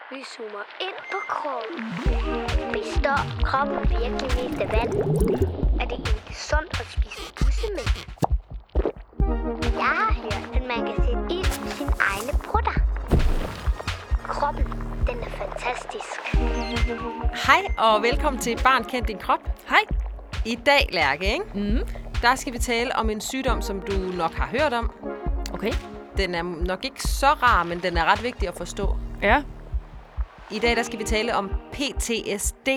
Vi zoomer ind på kroppen. Består kroppen virkelig mest af vand? Er det egentlig sundt at spise bussemænd? Jeg har hørt, at man kan sætte ild i sine egne brutter. Kroppen, den er fantastisk. Hej og velkommen til Barn Kend Din Krop. Hej. I dag, Lærke, ikke? Mm. Der skal vi tale om en sygdom, som du nok har hørt om. Okay. Den er nok ikke så rar, men den er ret vigtig at forstå. Ja. I dag der skal vi tale om PTSD.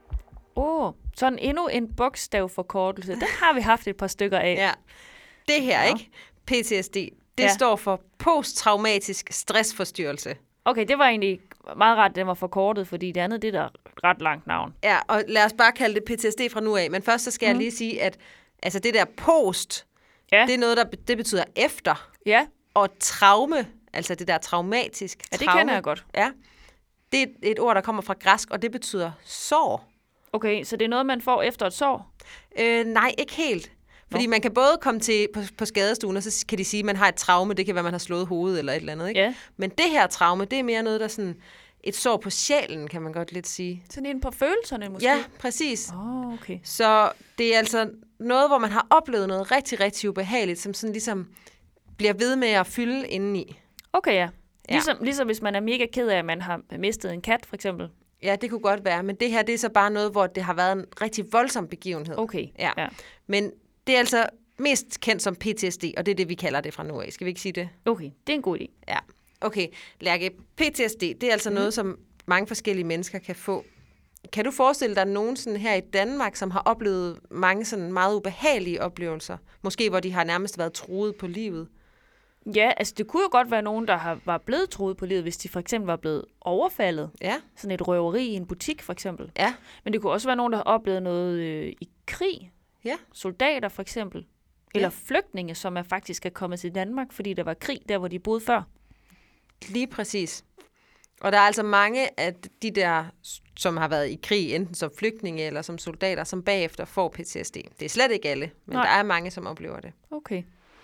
Sådan endnu en bogstavforkortelse. Den har vi haft et par stykker af. Ja. Det her, ikke? PTSD, det står for posttraumatisk stressforstyrrelse. Okay, det var egentlig meget rart, at den var forkortet, fordi det andet, det er da ret langt navn. Ja, og lad os bare kalde det PTSD fra nu af. Men først så skal jeg lige sige, at altså det der post, det er noget, det betyder efter. Ja. Og traume, altså det der traumatisk. Ja, det kender jeg godt. Ja, det er et ord, der kommer fra græsk, og det betyder sår. Okay, så det er noget, man får efter et sår? Nej, ikke helt. Fordi man kan både komme til på skadestuen, og så kan de sige, at man har et traume. Det kan være, man har slået hovedet eller et eller andet. Ikke? Ja. Men det her traume, det er mere noget, der sådan et sår på sjælen, kan man godt lidt sige. Sådan en på følelserne måske? Ja, præcis. Okay. Så det er altså noget, hvor man har oplevet noget rigtig, rigtig ubehageligt, som sådan ligesom bliver ved med at fylde indeni. Okay, ja. Ligesom hvis man er mega ked af, at man har mistet en kat, for eksempel. Ja, det kunne godt være. Men det her, det er så bare noget, hvor det har været en rigtig voldsom begivenhed. Okay. Ja. Men det er altså mest kendt som PTSD, og det er det, vi kalder det fra nu af. Skal vi ikke sige det? Okay, det er en god idé. Ja. Okay, Lærke, PTSD, det er altså noget, som mange forskellige mennesker kan få. Kan du forestille dig nogen sådan her i Danmark, som har oplevet mange sådan meget ubehagelige oplevelser? Måske hvor de har nærmest været truet på livet? Ja, altså det kunne jo godt være nogen, der var blevet truet på livet, hvis de for eksempel var blevet overfaldet. Ja. Sådan et røveri i en butik, for eksempel. Ja. Men det kunne også være nogen, der har oplevet noget i krig. Ja. Soldater, for eksempel. Eller flygtninge, som faktisk er kommet til Danmark, fordi der var krig der, hvor de boede før. Lige præcis. Og der er altså mange af de der, som har været i krig, enten som flygtninge eller som soldater, som bagefter får PTSD. Det er slet ikke alle, men der er mange, som oplever det. Okay.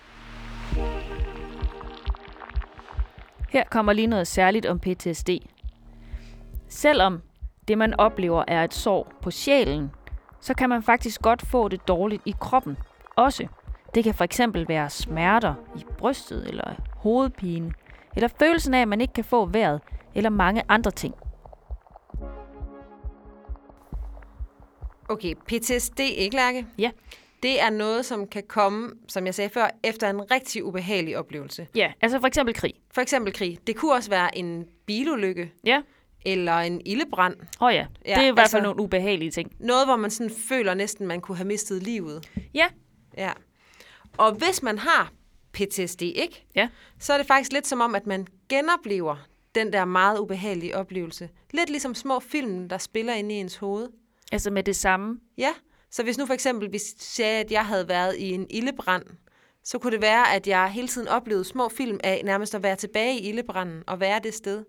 Her kommer lige noget særligt om PTSD. Selvom det, man oplever, er et sår på sjælen, så kan man faktisk godt få det dårligt i kroppen også. Det kan for eksempel være smerter i brystet eller hovedpine, eller følelsen af, at man ikke kan få vejret, eller mange andre ting. Okay, PTSD, ikke Lærke? Ja. Det er noget, som kan komme, som jeg sagde før, efter en rigtig ubehagelig oplevelse. Ja, altså for eksempel krig. For eksempel krig. Det kunne også være en bilulykke. Ja. Eller en ildebrand. Ja, det er i hvert fald nogle ubehagelige ting. Noget, hvor man sådan føler næsten, man kunne have mistet livet. Ja. Ja. Og hvis man har PTSD, ikke? Ja. Så er det faktisk lidt som om, at man genoplever den der meget ubehagelige oplevelse. Lidt ligesom små film, der spiller inde i ens hoved. Altså med det samme? Ja. Så hvis nu for eksempel, hvis sagde, at jeg havde været i en ildebrand, så kunne det være, at jeg hele tiden oplevede små film af nærmest at være tilbage i ildebranden og være det sted.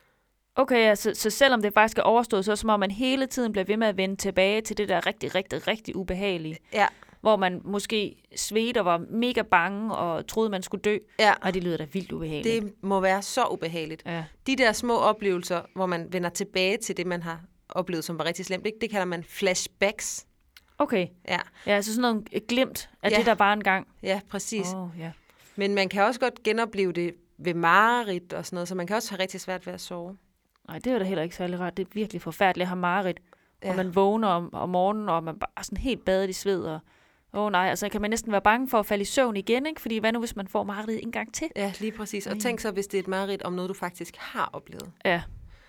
Okay, altså, så selvom det faktisk er overstået, så er det som om, man hele tiden bliver ved med at vende tilbage til det der rigtig, rigtig, rigtig ubehagelige. Ja. Hvor man måske svedte og var mega bange og troede, man skulle dø. Ja. Og det lyder da vildt ubehageligt. Det må være så ubehageligt. Ja. De der små oplevelser, hvor man vender tilbage til det, man har oplevet, som var rigtig slemt, det kalder man flashbacks. Okay. Ja. Ja, altså sådan noget glimt af det, der var engang. Ja, præcis. Ja. Men man kan også godt genopleve det ved mareridt og sådan noget, så man kan også have rigtig svært ved at sove. Nej, det er da heller ikke særlig rart. Det er virkelig forfærdeligt at have mareridt. Og man vågner om morgenen, og man bare sådan helt badet i sved. Og nej, altså kan man næsten være bange for at falde i søvn igen, ikke? Fordi hvad nu, hvis man får mareridt en gang til? Ja, lige præcis. Og tænk så, hvis det er et mareridt om noget, du faktisk har oplevet. Ja.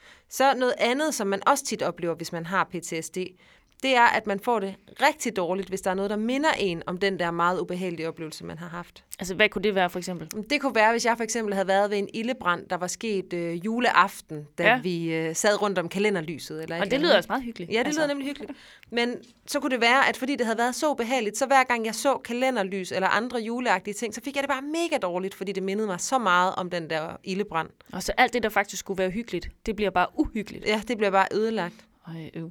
Så noget andet, som man også tit oplever, hvis man har PTSD, det er, at man får det rigtig dårligt, hvis der er noget, der minder en om den der meget ubehagelige oplevelse, man har haft. Altså, hvad kunne det være, for eksempel? Det kunne være, hvis jeg for eksempel havde været ved en ildebrand, der var sket juleaften, da vi sad rundt om kalenderlyset. Eller og det lyder også meget hyggeligt. Ja, det lyder nemlig hyggeligt. Men så kunne det være, at fordi det havde været så ubehageligt, så hver gang jeg så kalenderlys eller andre juleagtige ting, så fik jeg det bare mega dårligt, fordi det mindede mig så meget om den der ildebrand. Og så alt det, der faktisk skulle være hyggeligt, det bliver bare uhyggeligt. Ja, det bliver bare ødelagt. Ej.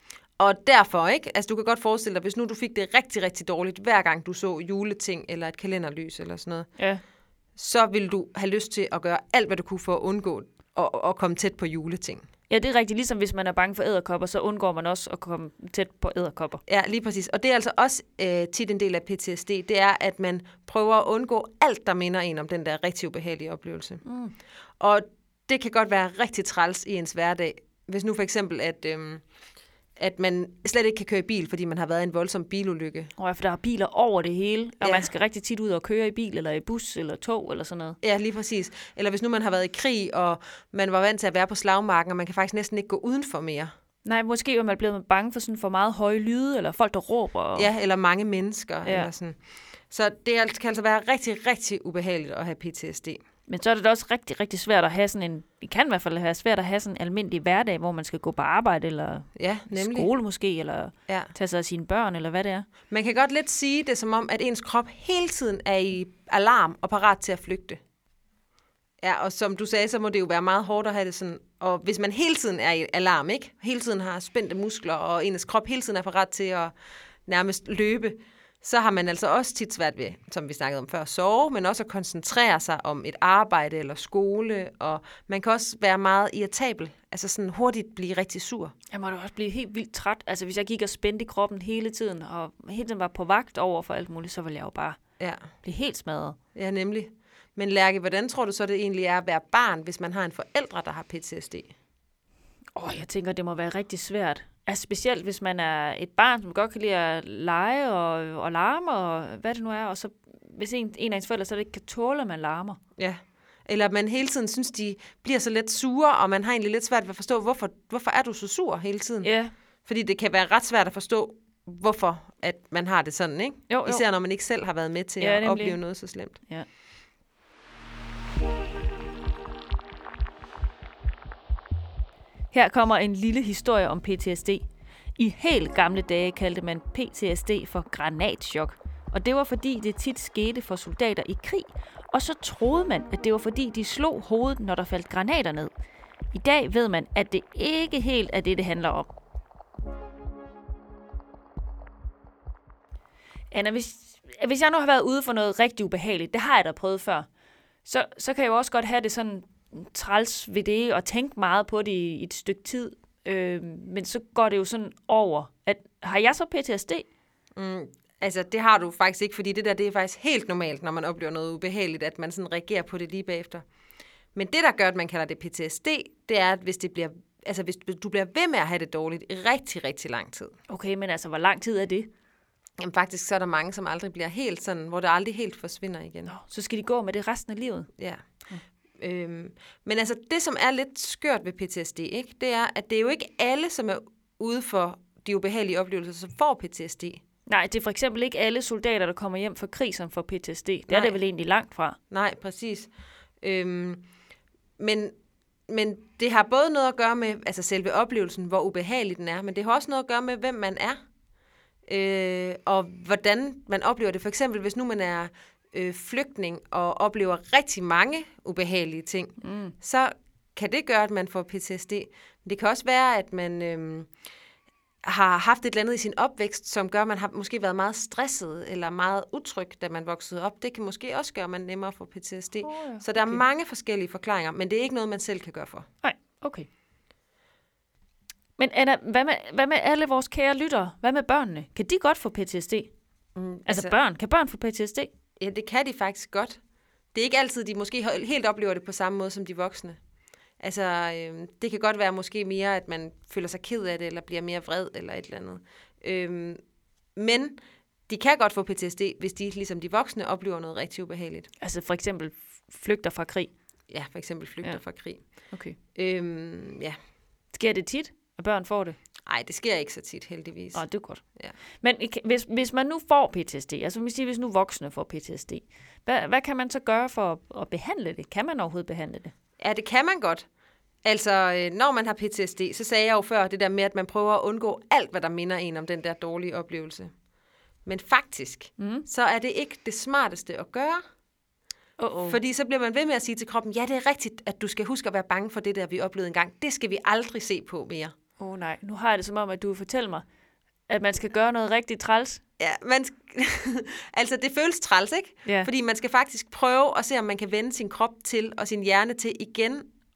Og derfor, ikke? Altså, du kan godt forestille dig, hvis nu du fik det rigtig, rigtig dårligt, hver gang du så juleting eller et kalenderlys eller sådan noget, så ville du have lyst til at gøre alt, hvad du kunne for at undgå at komme tæt på juleting. Ja, det er rigtigt. Ligesom hvis man er bange for edderkopper, så undgår man også at komme tæt på edderkopper. Ja, lige præcis. Og det er altså også tit en del af PTSD. Det er, at man prøver at undgå alt, der minder en om den der rigtig ubehagelige oplevelse. Og det kan godt være rigtig træls i ens hverdag. Hvis nu for eksempel, at man slet ikke kan køre i bil, fordi man har været i en voldsom bilulykke. For der er biler over det hele, og man skal rigtig tit ud og køre i bil, eller i bus, eller tog, eller sådan noget. Ja, lige præcis. Eller hvis nu man har været i krig, og man var vant til at være på slagmarken, og man kan faktisk næsten ikke gå udenfor mere. Nej, måske er man blevet bange for sådan for meget høje lyde, eller folk, der råber. Ja, eller mange mennesker. Ja. Eller sådan. Så det kan altså være rigtig, rigtig ubehageligt at have PTSD. Men så er det også rigtig, rigtig svært at have sådan en... Det kan i hvert fald være svært at have sådan en almindelig hverdag, hvor man skal gå på arbejde, eller skole måske, eller tage sig af sine børn, eller hvad det er. Man kan godt lidt sige det som om, at ens krop hele tiden er i alarm og parat til at flygte. Ja, og som du sagde, så må det jo være meget hårdt at have det sådan. Og hvis man hele tiden er i alarm, ikke? Hele tiden har spændte muskler, og ens krop hele tiden er parat til at nærmest løbe, så har man altså også tit svært ved, som vi snakkede om før, at sove, men også at koncentrere sig om et arbejde eller skole, og man kan også være meget irritabel, altså sådan hurtigt blive rigtig sur. Jeg må da også blive helt vildt træt. Altså hvis jeg gik og spændte i kroppen hele tiden, og hele tiden var på vagt over for alt muligt, så ville jeg jo bare blive helt smadret. Ja, nemlig. Men Lærke, hvordan tror du så, det egentlig er at være barn, hvis man har en forældre, der har PTSD? Jeg tænker, det må være rigtig svært. Altså specielt, hvis man er et barn, som godt kan lide at lege og larme, og hvad det nu er, og så hvis en af ens forældre så ikke kan tåle, at man larmer. Ja, eller man hele tiden synes, de bliver så lidt sure, og man har egentlig lidt svært ved at forstå, hvorfor er du så sur hele tiden? Ja. Fordi det kan være ret svært at forstå, hvorfor at man har det sådan, ikke? Jo. Især når man ikke selv har været med til at opleve noget så slemt. Ja. Her kommer en lille historie om PTSD. I helt gamle dage kaldte man PTSD for granatchok. Og det var fordi, det tit skete for soldater i krig. Og så troede man, at det var fordi, de slog hovedet, når der faldt granater ned. I dag ved man, at det ikke helt er det handler om. Anna, hvis jeg nu har været ude for noget rigtig ubehageligt, det har jeg da prøvet før, så kan jeg jo også godt have det sådan træls ved det, og tænke meget på det i et stykke tid. Men så går det jo sådan over. Har jeg så PTSD? Altså, det har du faktisk ikke, fordi det er faktisk helt normalt, når man oplever noget ubehageligt, at man sådan reagerer på det lige bagefter. Men det, der gør, at man kalder det PTSD, det er, at hvis du bliver ved med at have det dårligt i rigtig, rigtig lang tid. Okay, men altså, hvor lang tid er det? Jamen faktisk, så er der mange, som aldrig bliver helt sådan, hvor det aldrig helt forsvinder igen. Så skal de gå med det resten af livet? Ja. Men altså, det, som er lidt skørt ved PTSD, ikke, det er, at det er jo ikke alle, som er ude for de ubehagelige oplevelser, som får PTSD. Nej, det er for eksempel ikke alle soldater, der kommer hjem fra krig, som får PTSD. Det er det vel egentlig langt fra. Nej, præcis. Men det har både noget at gøre med altså selve oplevelsen, hvor ubehagelig den er, men det har også noget at gøre med, hvem man er, og hvordan man oplever det. For eksempel, hvis nu man er flygtning og oplever rigtig mange ubehagelige ting, så kan det gøre, at man får PTSD. Men det kan også være, at man har haft et eller andet i sin opvækst, som gør, at man har måske været meget stresset eller meget utryg, da man voksede op. Det kan måske også gøre, at man nemmere får PTSD. Så der er mange forskellige forklaringer, men det er ikke noget, man selv kan gøre for. Nej, okay. Men Anna, hvad med alle vores kære lyttere? Hvad med børnene? Kan de godt få PTSD? Altså børn. Kan børn få PTSD? Ja, det kan de faktisk godt. Det er ikke altid, de måske helt oplever det på samme måde som de voksne. Altså, det kan godt være måske mere, at man føler sig ked af det, eller bliver mere vred, eller et eller andet. Men de kan godt få PTSD, hvis de, ligesom de voksne, oplever noget rigtig ubehageligt. Altså for eksempel flygter fra krig? Ja, for eksempel flygter fra krig. Okay. Ja. Sker det tit, at børn får det? Nej, det sker ikke så tit, heldigvis. Det er godt. Ja. Men hvis man nu får PTSD, altså hvis nu voksne får PTSD, hvad kan man så gøre for at behandle det? Kan man overhovedet behandle det? Ja, det kan man godt. Altså, når man har PTSD, så sagde jeg jo før det der med, at man prøver at undgå alt, hvad der minder en om den der dårlige oplevelse. Men faktisk, så er det ikke det smarteste at gøre. Fordi så bliver man ved med at sige til kroppen, ja, det er rigtigt, at du skal huske at være bange for det der, vi oplevede engang. Det skal vi aldrig se på mere. Nej, nu har jeg det som om, at du vil fortælle mig, at man skal gøre noget rigtig træls. Ja, altså det føles træls, ikke? Ja. Fordi man skal faktisk prøve at se, om man kan vende sin krop til og sin hjerne til igen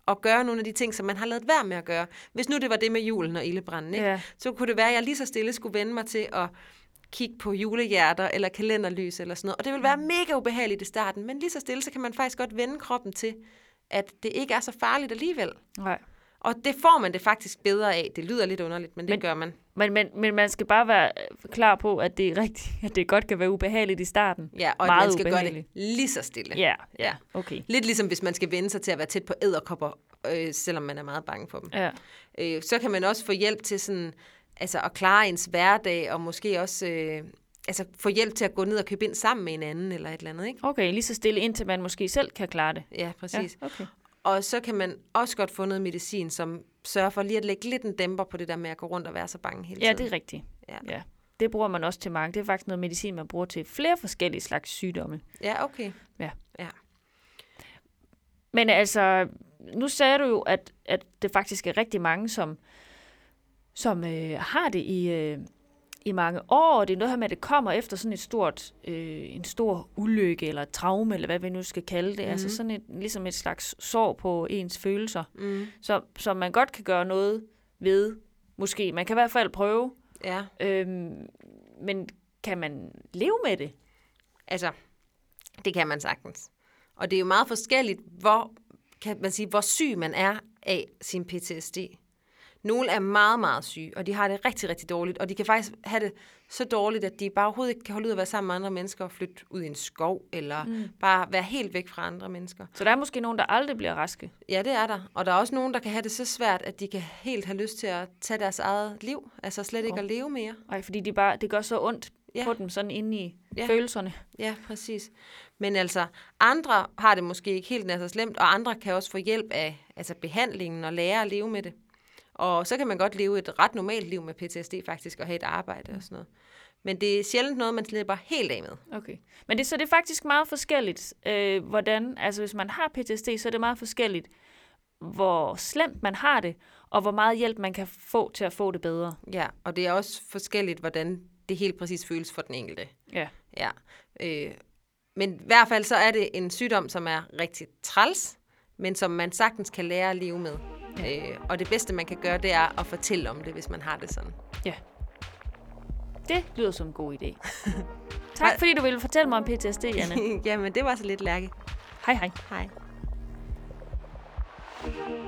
at gøre nogle af de ting, som man har lavet være med at gøre. Hvis nu det var det med julen og ildebranden, ikke? Ja. Så kunne det være, at jeg lige så stille skulle vende mig til at kigge på julehjerter eller kalenderlys eller sådan noget. Og det vil være mega ubehageligt i starten, men lige så stille, så kan man faktisk godt vende kroppen til, at det ikke er så farligt alligevel. Nej. Og det får man det faktisk bedre af. Det lyder lidt underligt, men det gør man. Men man skal bare være klar på, at det er rigtigt, at det godt kan være ubehageligt i starten. Ja, og meget at man skal ubehageligt. gøre det lige så stille. Ja, okay. Lidt ligesom hvis man skal vende sig til at være tæt på edderkopper, selvom man er meget bange for dem. Ja. Så kan man også få hjælp til sådan, altså at klare ens hverdag, og måske også få hjælp til at gå ned og købe ind sammen med en anden, eller et eller andet, ikke? Okay, lige så stille, indtil man måske selv kan klare det. Ja, præcis. Ja, okay. Og så kan man også godt få noget medicin, som sørger for lige at lægge lidt en dæmper på det der med at gå rundt og være så bange hele tiden. Ja, det er rigtigt. Ja. Ja. Det bruger man også til mange. Det er faktisk noget medicin, man bruger til flere forskellige slags sygdomme. Ja, okay. Ja. Ja. Men altså, nu sagde du jo, at det faktisk er rigtig mange, som har det i mange år, og det er noget her med, at det kommer efter sådan en stor ulykke, eller traume, eller hvad vi nu skal kalde det. Altså sådan ligesom et slags sår på ens følelser, som man godt kan gøre noget ved, måske. Man kan i hvert fald prøve, Ja. men kan man leve med det? Altså, det kan man sagtens. Og det er jo meget forskelligt, hvor syg man er af sin PTSD. Nogle er meget, meget syge, og de har det rigtig, rigtig dårligt. Og de kan faktisk have det så dårligt, at de bare overhovedet ikke kan holde ud at være sammen med andre mennesker og flytte ud i en skov, eller bare være helt væk fra andre mennesker. Så der er måske nogen, der aldrig bliver raske? Ja, det er der. Og der er også nogen, der kan have det så svært, at de kan helt have lyst til at tage deres eget liv. Altså slet ikke at leve mere. Nej, fordi det gør så ondt på dem, sådan inde i følelserne. Ja, præcis. Men altså, andre har det måske ikke helt nær så slemt, og andre kan også få hjælp af behandlingen og lære at leve med det. Og så kan man godt leve et ret normalt liv med PTSD faktisk, og have et arbejde og sådan noget. Men det er sjældent noget, man slipper helt af med. Okay. Men det er faktisk meget forskelligt, hvordan, altså hvis man har PTSD, så er det meget forskelligt, hvor slemt man har det, og hvor meget hjælp man kan få til at få det bedre. Ja, og det er også forskelligt, hvordan det helt præcis føles for den enkelte. Ja. Ja. Men i hvert fald så er det en sygdom, som er rigtig træls, men som man sagtens kan lære at leve med. Og det bedste, man kan gøre, det er at fortælle om det, hvis man har det sådan. Ja. Det lyder som en god idé. Tak, fordi du ville fortælle mig om PTSD, Anne. Jamen, det var så lidt, Lærke. Hej hej. Hej.